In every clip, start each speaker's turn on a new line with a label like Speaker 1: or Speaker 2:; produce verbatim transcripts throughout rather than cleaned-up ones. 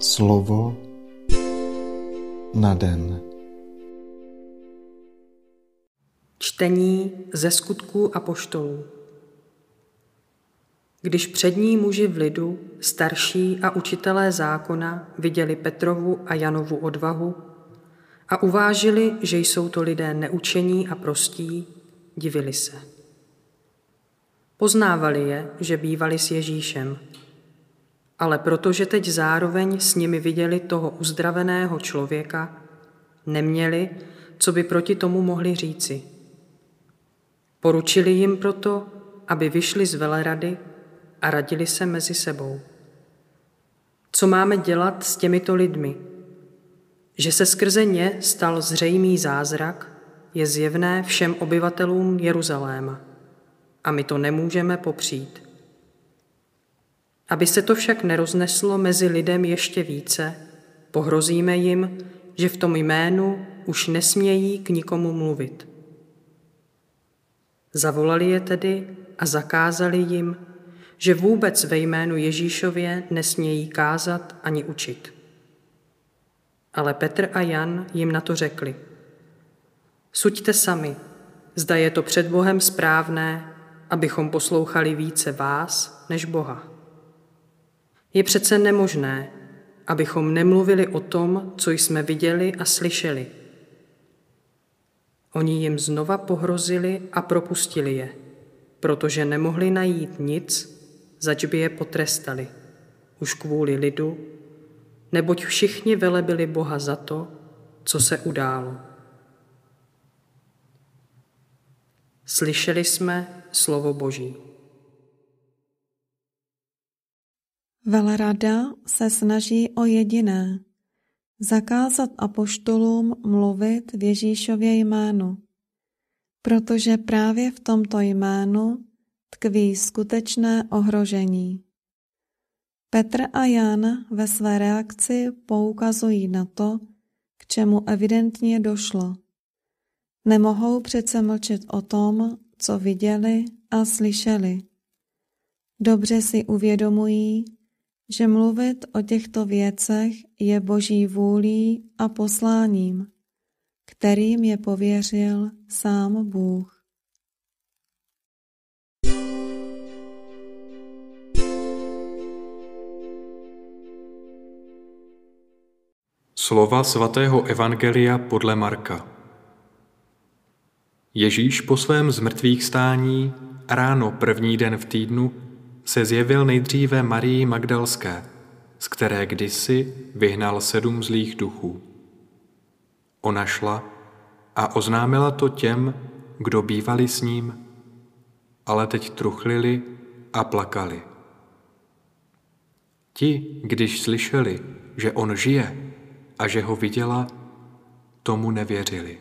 Speaker 1: Slovo na den.
Speaker 2: Čtení ze Skutků apoštolů. Když přední muži v lidu, starší a učitelé zákona viděli Petrovu a Janovu odvahu a uvážili, že jsou to lidé neučení a prostí, divili se. Poznávali je, že bývali s Ježíšem, ale protože teď zároveň s nimi viděli toho uzdraveného člověka, neměli, co by proti tomu mohli říci. Poručili jim proto, aby vyšli z velerady a radili se mezi sebou. Co máme dělat s těmito lidmi? Že se skrze ně stal zřejmý zázrak, je zjevné všem obyvatelům Jeruzaléma a my to nemůžeme popřít. Aby se to však nerozneslo mezi lidem ještě více, pohrozíme jim, že v tom jménu už nesmějí k nikomu mluvit. Zavolali je tedy a zakázali jim, že vůbec ve jménu Ježíšově nesmějí kázat ani učit. Ale Petr a Jan jim na to řekli: Suďte sami, zda je to před Bohem správné, abychom poslouchali více vás než Boha. Je přece nemožné, abychom nemluvili o tom, co jsme viděli a slyšeli. Oni jim znova pohrozili a propustili je, protože nemohli najít nic, zač by je potrestali, už kvůli lidu, neboť všichni velebili Boha za to, co se událo. Slyšeli jsme slovo Boží.
Speaker 3: Velerada se snaží o jediné: zakázat apoštolům mluvit v Ježíšově jménu, protože právě v tomto jménu tkví skutečné ohrožení. Petr a Jan ve své reakci poukazují na to, k čemu evidentně došlo. Nemohou přece mlčet o tom, co viděli a slyšeli. Dobře si uvědomují, že mluvit o těchto věcech je Boží vůlí a posláním, kterým je pověřil sám Bůh.
Speaker 4: Slova svatého evangelia podle Marka. Ježíš po svém zmrtvýchvstání ráno první den v týdnu se zjevil nejdříve Marii Magdalské, z které kdysi vyhnal sedm zlých duchů. Ona šla a oznámila to těm, kdo bývali s ním, ale teď truchlili a plakali. Ti, když slyšeli, že on žije a že ho viděla, tomu nevěřili.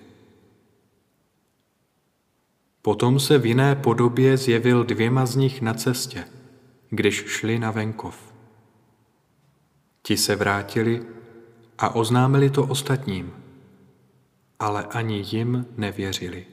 Speaker 4: Potom se v jiné podobě zjevil dvěma z nich na cestě, když šli na venkov. Ti se vrátili a oznámili to ostatním, ale ani jim nevěřili.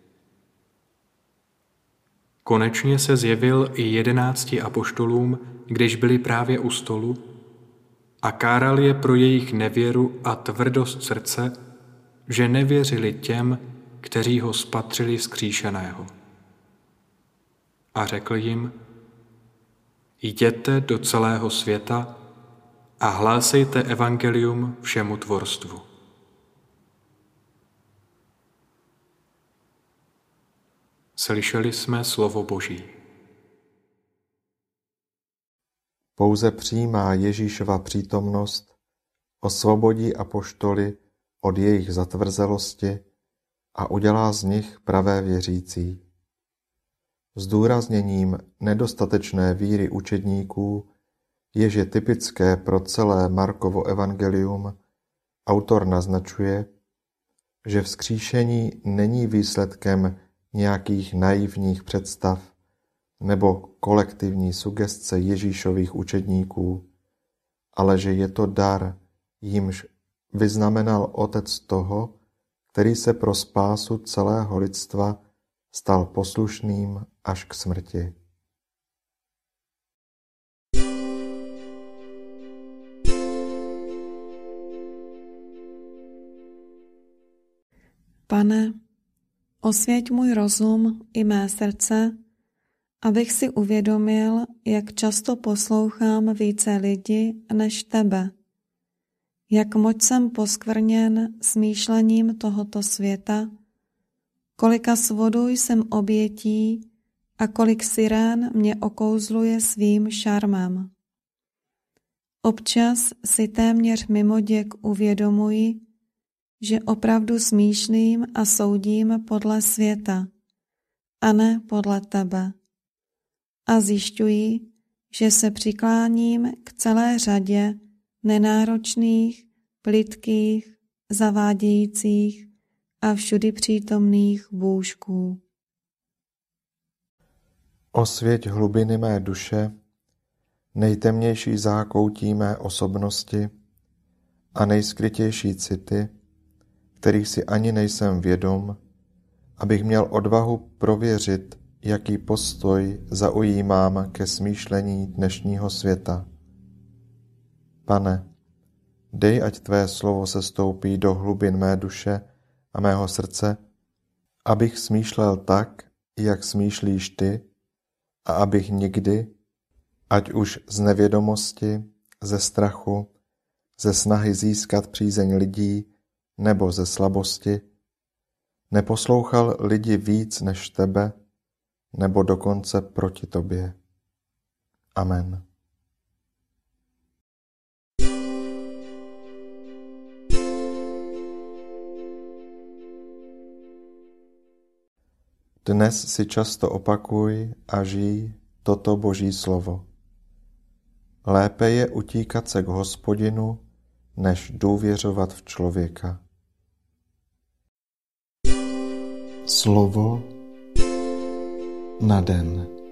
Speaker 4: Konečně se zjevil i jedenácti apoštolům, když byli právě u stolu, a káral je pro jejich nevěru a tvrdost srdce, že nevěřili těm, kteří ho spatřili vzkříšeného. A řekl jim: Jděte do celého světa a hlásejte evangelium všemu tvorstvu. Slyšeli jsme slovo Boží.
Speaker 1: Pouze přímá Ježíšova přítomnost osvobodí apoštoly od jejich zatvrzelosti a udělá z nich pravé věřící. Zdůrazněním nedostatečné víry učedníků, jež je typické pro celé Markovo evangelium, autor naznačuje, že vzkříšení není výsledkem nějakých naivních představ nebo kolektivní sugestce Ježíšových učedníků, ale že je to dar, jímž vyznamenal Otec toho, který se pro spásu celého lidstva stal poslušným až k smrti.
Speaker 3: Pane, osvěť můj rozum i mé srdce, abych si uvědomil, jak často poslouchám více lidi než tebe, jak moc jsem poskvrněn smýšlením tohoto světa, kolika svodů jsem obětí a kolik sirén mě okouzluje svým šarmem. Občas si téměř mimoděk uvědomuji, že opravdu smýšlím a soudím podle světa, a ne podle tebe. A zjišťuji, že se přikláním k celé řadě nenáročných, plytkých, zavádějících a všudy přítomných bůžků.
Speaker 1: Osvěť hlubiny mé duše, nejtemnější zákoutí mé osobnosti a nejskrytější city, kterých si ani nejsem vědom, abych měl odvahu prověřit, jaký postoj zaujímám ke smýšlení dnešního světa. Pane, dej, ať tvé slovo sestoupí do hlubin mé duše a mého srdce, abych smýšlel tak, jak smýšlíš ty, a abych nikdy, ať už z nevědomosti, ze strachu, ze snahy získat přízeň lidí nebo ze slabosti, neposlouchal lidi víc než tebe, nebo dokonce proti tobě. Amen. Dnes si často opakuj a žij toto Boží slovo. Lépe je utíkat se k Hospodinu, než důvěřovat v člověka. Slovo na den.